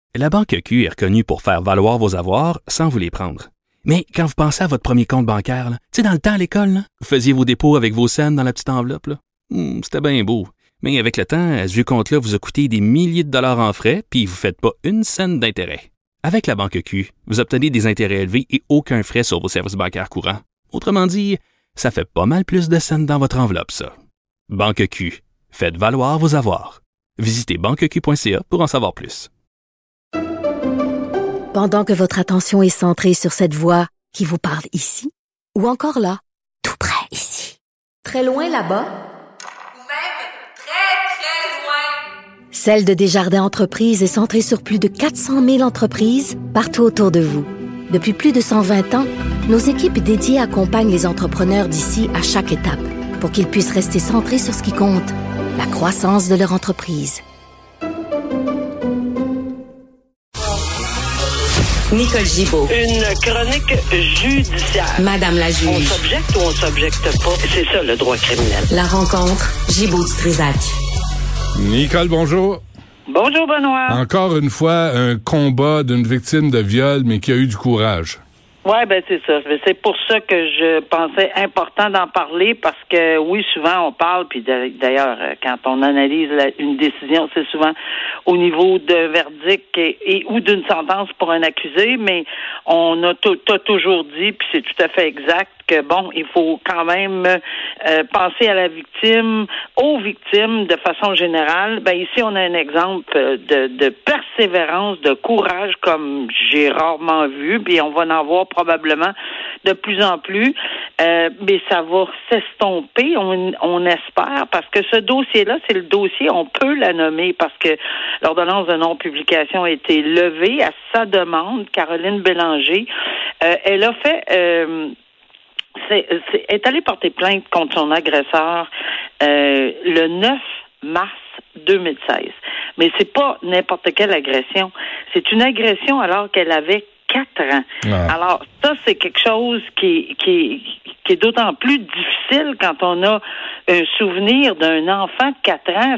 La Banque Q est reconnue pour faire valoir vos avoirs sans vous les prendre. Mais quand vous pensez à votre premier compte bancaire, tu sais, dans le temps à l'école, là, vous faisiez vos dépôts avec vos scènes dans la petite enveloppe. Là. C'était bien beau. Mais avec le temps, ce vieux compte-là vous a coûté des milliers de dollars en frais, puis vous ne faites pas une scène d'intérêt. Avec la Banque Q, vous obtenez des intérêts élevés et aucun frais sur vos services bancaires courants. Autrement dit, ça fait pas mal plus de scènes dans votre enveloppe, ça. Banque Q. Faites valoir vos avoirs. Visitez banqueq.ca pour en savoir plus. Pendant que votre attention est centrée sur cette voix qui vous parle ici, ou encore là, tout près ici, très loin là-bas, ou même très, très loin, Celle de Desjardins Entreprises est centrée sur plus de 400 000 entreprises partout autour de vous. Depuis plus de 120 ans, nos équipes dédiées accompagnent les entrepreneurs d'ici à chaque étape pour qu'ils puissent rester centrés sur ce qui compte, la croissance de leur entreprise. Nicole Gibaud. Une chronique judiciaire. Madame la juge. On s'objecte ou on s'objecte pas. C'est ça, le droit criminel. La rencontre, Gibaud-Strisac. Nicole, bonjour. Bonjour, Benoît. Encore une fois, un combat d'une victime de viol, mais qui a eu du courage. Ouais, ben c'est ça. C'est pour ça que je pensais important d'en parler parce que oui, souvent on parle, puis d'ailleurs, quand on analyse une décision, c'est souvent au niveau de verdict et ou d'une sentence pour un accusé, mais on a t'as toujours dit, puis c'est tout à fait exact, que bon, il faut quand même penser à la victime, aux victimes de façon générale. Ben ici, on a un exemple de persévérance, de courage comme j'ai rarement vu, puis on va en voir probablement de plus en plus, mais ça va s'estomper, on espère, parce que ce dossier-là, c'est le dossier, on peut la nommer, parce que l'ordonnance de non-publication a été levée à sa demande. Caroline Bélanger, elle a fait... est allée porter plainte contre son agresseur le 9 mars 2016. Mais c'est pas n'importe quelle agression. C'est une agression alors qu'elle avait 4 ans. Ouais. Alors, ça, c'est quelque chose qui est d'autant plus difficile quand on a un souvenir d'un enfant de 4 ans.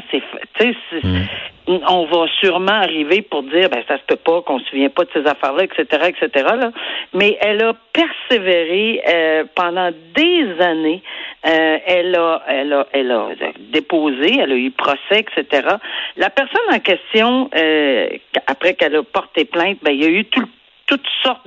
On va sûrement arriver pour dire, ben ça se peut pas, qu'on se souvient pas de ces affaires-là, etc., etc. Là. Mais elle a persévéré pendant des années. Elle a déposé, elle a eu procès, etc. La personne en question, après qu'elle a porté plainte, ben il y a eu toutes sortes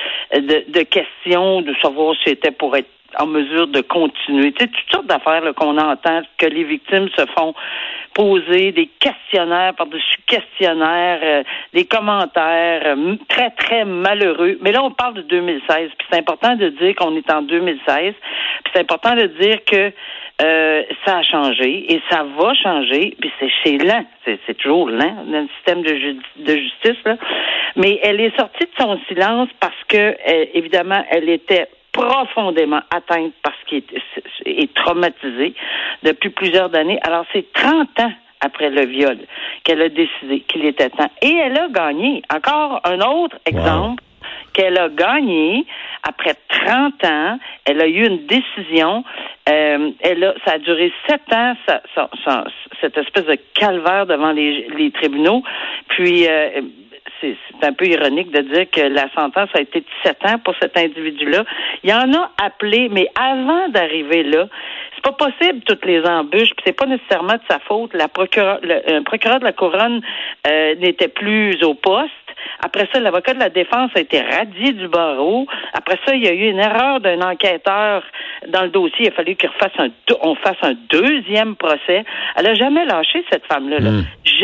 de questions, de savoir si c'était pour être en mesure de continuer. Tu sais, toutes sortes d'affaires là, qu'on entend, que les victimes se font poser, des questionnaires par-dessus questionnaires, des commentaires très, très malheureux. Mais là, on parle de 2016, puis c'est important de dire qu'on est en 2016, puis c'est important de dire que ça a changé et ça va changer, puis c'est lent, c'est toujours lent dans le système de justice, là. Mais elle est sortie de son silence parce que, évidemment, elle était profondément atteinte parce qu'elle est traumatisée depuis plusieurs années. Alors, c'est 30 ans après le viol qu'elle a décidé qu'il était temps. Et elle a gagné. Encore un autre exemple. Wow. Qu'elle a gagné après 30 ans. Elle a eu une décision. Ça a duré 7 ans, cette espèce de calvaire devant les tribunaux. Puis, c'est un peu ironique de dire que la sentence a été de 7 ans pour cet individu-là. Il y en a appelé, mais avant d'arriver là, c'est pas possible toutes les embûches, puis c'est pas nécessairement de sa faute. Un procureur de la Couronne n'était plus au poste. Après ça, l'avocat de la défense a été radié du barreau. Après ça, il y a eu une erreur d'un enquêteur dans le dossier. Il a fallu qu'on fasse un deuxième procès. Elle a jamais lâché, cette femme-là. Là.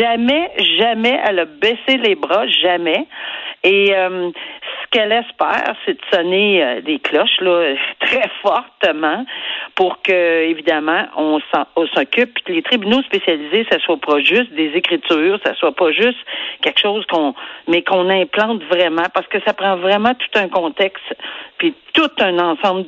Jamais elle a baissé les bras, jamais. Et ce qu'elle espère, c'est de sonner des cloches là, très fortement pour que, évidemment, on s'occupe, puis que les tribunaux spécialisés, ça soit pas juste des écritures, ça soit pas juste quelque chose mais qu'on implante vraiment, parce que ça prend vraiment tout un contexte, puis tout un ensemble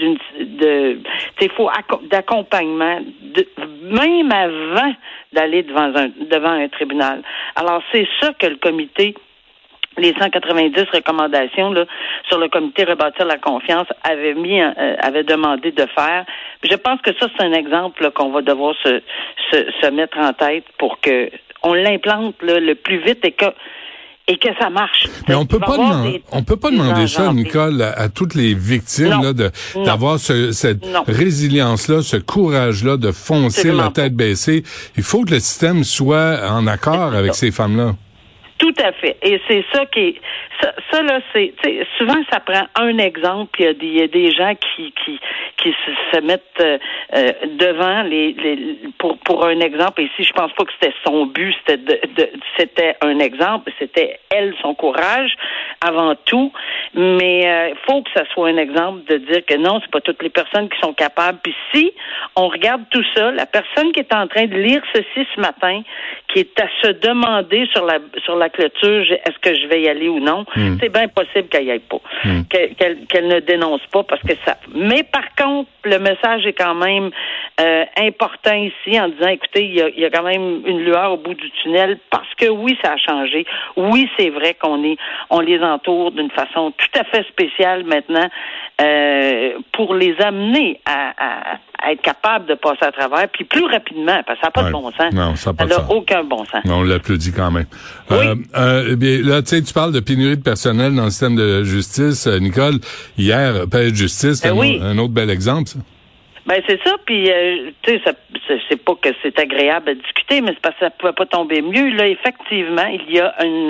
d'accompagnement, même avant d'aller devant un tribunal. Alors, c'est ça que le comité, les 190 recommandations là, sur le comité Rebâtir la confiance avait demandé de faire. Je pense que ça, c'est un exemple là, qu'on va devoir se mettre en tête pour que on l'implante là, le plus vite et que et que ça marche. Mais on peut pas demander ça, Nicole, à toutes les victimes là, d'avoir cette résilience-là, ce courage-là de foncer la tête baissée. Il faut que le système soit en accord avec ces femmes-là. Tout à fait. Et c'est ça qui est... Ça là, c'est... Souvent, ça prend un exemple. Il y a des gens qui se mettent devant pour un exemple. Ici, je pense pas que c'était son but. C'était un exemple. C'était elle, son courage, avant tout. Mais faut que ça soit un exemple de dire que non, c'est pas toutes les personnes qui sont capables. Puis si on regarde tout ça, la personne qui est en train de lire ceci ce matin, qui est à se demander sur la clôture, est-ce que je vais y aller ou non, c'est bien possible qu'elle y aille pas. Qu'elle ne dénonce pas parce que ça... Mais par contre, le message est quand même important ici en disant, écoutez, il y a quand même une lueur au bout du tunnel parce que oui, ça a changé. Oui, c'est vrai qu'on les entoure d'une façon tout à fait spéciale maintenant pour les amener à être capable de passer à travers, puis plus rapidement, parce que ça n'a pas de bon sens. Non, ça n'a aucun bon sens. On l'applaudit quand même. Oui. Bien, là, tu sais, tu parles de pénurie de personnel dans le système de justice. Nicole, hier, palais de justice, c'est un autre bel exemple, ça. Ben c'est ça, puis tu sais, c'est pas que c'est agréable à discuter, mais c'est parce que ça pouvait pas tomber mieux. Là, effectivement, il y a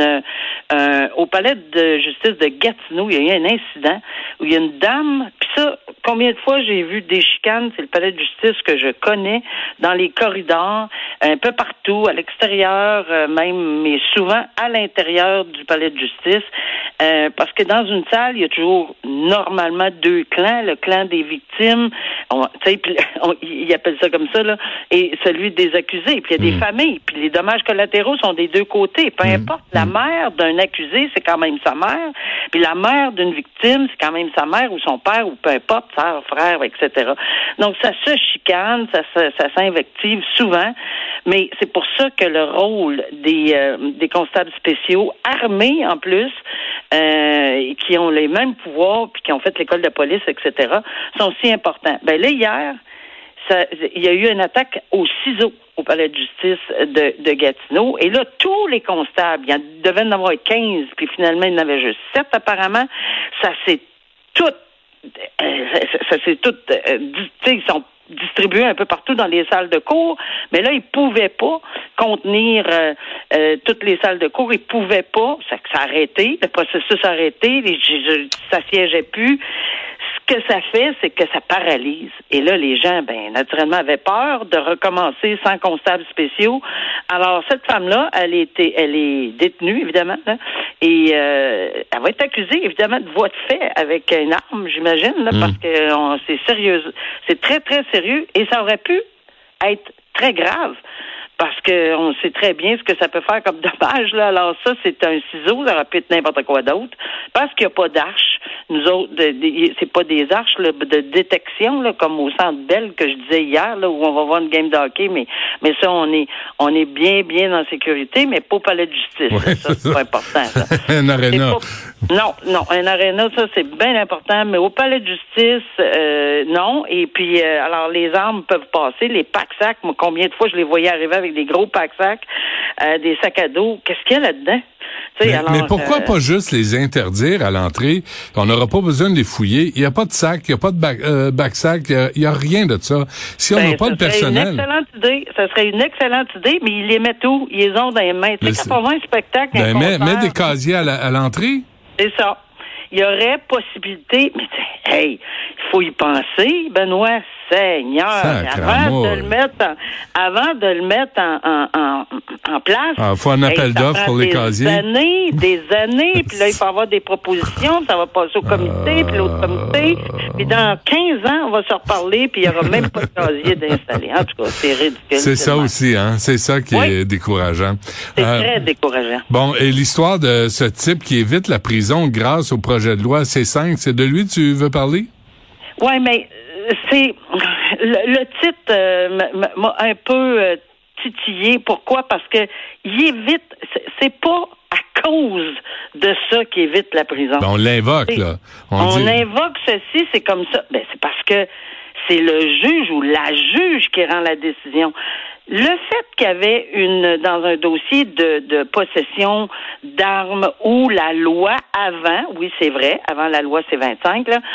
au palais de justice de Gatineau, il y a eu un incident où il y a une dame, puis ça, combien de fois j'ai vu des chicanes, c'est le palais de justice que je connais, dans les corridors, un peu partout, à l'extérieur même, mais souvent à l'intérieur du palais de justice, parce que dans une salle, il y a toujours normalement deux clans, le clan des victimes, ils appellent ça comme ça, là, et celui des accusés. Puis il y a des familles, puis les dommages collatéraux sont des deux côtés. Peu importe, la mère d'un accusé, c'est quand même sa mère, puis la mère d'une victime, c'est quand même sa mère ou son père, ou peu importe, sœur, frère, etc. Donc ça se chicane, ça s'invective souvent, mais c'est pour ça que le rôle des constables spéciaux, armés en plus, qui ont les mêmes pouvoirs, puis qui ont fait l'école de police, etc., sont si importants. Ben là, hier, il y a eu une attaque au ciseau au palais de justice de Gatineau. Et là, tous les constables, il devait en avoir 15, puis finalement, il y en avait juste 7 apparemment. Ça s'est tout... ils sont distribués un peu partout dans les salles de cours, mais là, ils pouvaient pas contenir toutes les salles de cours. Ils pouvaient pas. Ça a arrêté. Le processus a arrêté. Ça siégeait plus. Ce que ça fait, c'est que ça paralyse. Et là, les gens, naturellement, avaient peur de recommencer sans constables spéciaux. Alors, cette femme-là, elle est détenue, évidemment, là, et elle va être accusée, évidemment, de voie de fait avec une arme, j'imagine, là, parce que c'est sérieux. C'est très, très sérieux. Et ça aurait pu être très grave. Parce que on sait très bien ce que ça peut faire comme dommage, là. Alors ça, c'est un ciseau, ça aurait pu être n'importe quoi d'autre. Parce qu'il n'y a pas d'arche. Nous autres, c'est pas des arches là, de détection, là, comme au Centre Bell que je disais hier, là, où on va voir une game de hockey, mais ça, on est bien en sécurité, mais pas au palais de justice. Ouais, ça, c'est pas important, ça. Un aréna. Non, un aréna, ça, c'est bien important, mais au palais de justice, non. Et puis, alors, les armes peuvent passer, les pack-sacs, moi, combien de fois je les voyais arriver avec des gros pack-sacs, des sacs à dos. Qu'est-ce qu'il y a là-dedans? Mais pourquoi pas juste les interdire à l'entrée? On n'aura pas besoin de les fouiller. Il n'y a pas de sac, il n'y a pas de back-sac, il n'y a rien de ça. Si on n'a pas le personnel... Ça serait une excellente idée, mais ils les mettent où? Ils les ont dans les mains. Tu sais, quand on voit un spectacle... mets des casiers à l'entrée. C'est ça. Il y aurait possibilité... Mais hey, il faut y penser, Benoît. Seigneur, avant de le mettre en place. Il faut un appel d'offres pour les casiers. Des années, puis là, il faut avoir des propositions, ça va passer au comité, puis l'autre comité, puis dans 15 ans, on va se reparler, puis il n'y aura même pas de casier d'installer. En tout cas, c'est ridicule. C'est ça aussi, hein? C'est ça qui est décourageant. C'est très décourageant. Bon, et l'histoire de ce type qui évite la prison grâce au projet de loi C5, c'est de lui que tu veux parler? Oui, mais c'est le titre m'a un peu titillé. Pourquoi? Parce que il évite. C'est pas à cause de ça qu'il évite la prison. On l'invoque, là. On invoque ceci, c'est comme ça. C'est parce que c'est le juge ou la juge qui rend la décision. Le fait qu'il y avait dans un dossier de possession d'armes où la loi oui, c'est vrai, avant la loi C25, là,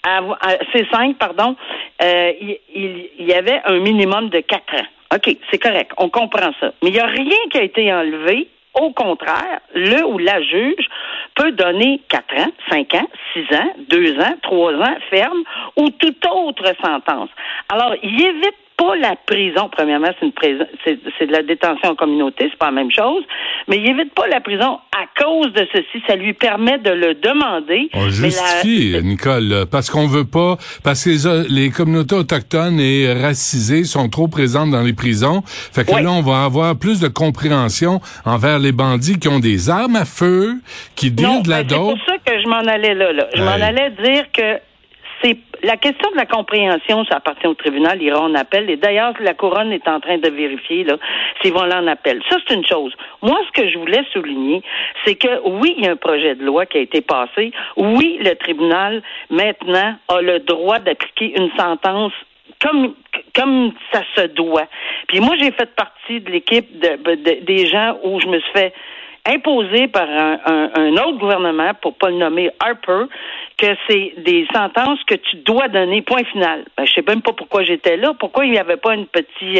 C5, pardon, il y avait un minimum de 4 ans. OK, c'est correct, on comprend ça. Mais il n'y a rien qui a été enlevé. Au contraire, le ou la juge peut donner 4 ans, 5 ans, 6 ans, 2 ans, 3 ans ferme ou toute autre sentence. Alors, il évite pas la prison. Premièrement, c'est de la détention en communauté, c'est pas la même chose, mais il évite pas la prison à cause de ceci. Ça lui permet de le demander. On justifie, Nicole, parce qu'on veut pas, parce que les communautés autochtones et racisées sont trop présentes dans les prisons. Fait que là, on va avoir plus de compréhension envers les bandits qui ont des armes à feu, qui dealent de la dope. C'est pour ça que je m'en allais là. Je m'en allais dire que c'est la question de la compréhension, ça appartient au tribunal, il ira en appel. Et d'ailleurs, la couronne est en train de vérifier là s'ils vont aller en appel. Ça, c'est une chose. Moi, ce que je voulais souligner, c'est que oui, il y a un projet de loi qui a été passé. Oui, le tribunal, maintenant, a le droit d'appliquer une sentence comme ça se doit. Puis moi, j'ai fait partie de l'équipe des gens où je me suis fait imposer par un autre gouvernement, pour pas le nommer Harper, que c'est des sentences que tu dois donner, point final. Je sais même pas pourquoi j'étais là, pourquoi il n'y avait pas un petit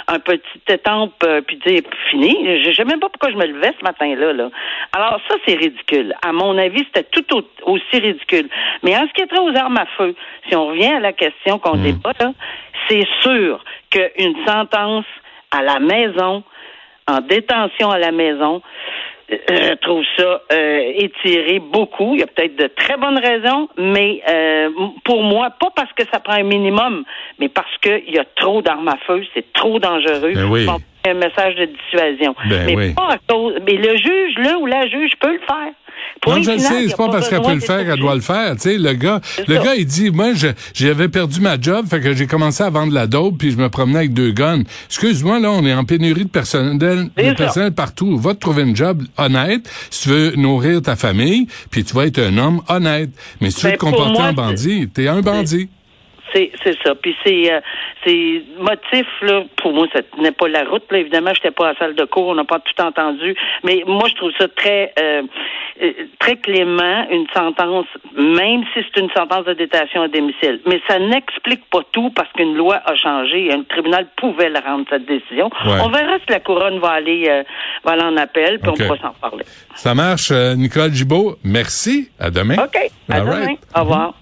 étampe puis dire fini. Je sais même pas pourquoi je me levais ce matin-là. Là. Alors ça, c'est ridicule. À mon avis, c'était tout aussi ridicule. Mais en ce qui est trait aux armes à feu, si on revient à la question qu'on débat là, c'est sûr qu'une sentence à la maison, en détention à la maison, je trouve ça étiré beaucoup. Il y a peut-être de très bonnes raisons, mais pour moi, pas parce que ça prend un minimum, mais parce qu'il y a trop d'armes à feu, c'est trop dangereux. Oui. Un message de dissuasion. Pas à cause. Mais le juge, là ou la juge peut le faire. Non, je sais, c'est pas parce qu'elle peut le faire qu'elle doit le faire. Tu sais, le gars, il dit, moi, j'avais perdu ma job, fait que j'ai commencé à vendre la dope, puis je me promenais avec 2 guns. Excuse-moi, là, on est en pénurie de personnel partout. Va te trouver une job honnête si tu veux nourrir ta famille, puis tu vas être un homme honnête. Mais si tu veux te comporter en bandit, t'es un bandit. C'est ça. Puis c'est motif, là, pour moi, ça tenait pas la route. Là. Évidemment, j'étais pas à la salle de cours, on n'a pas tout entendu. Mais moi, je trouve ça très clément, une sentence, même si c'est une sentence de détention à domicile. Mais ça n'explique pas tout parce qu'une loi a changé et un tribunal pouvait la rendre, cette décision. Ouais. On verra si la couronne va aller en appel, puis on pourra s'en parler. Ça marche. Nicole Gibault, merci. À demain. OK. À demain. Au revoir.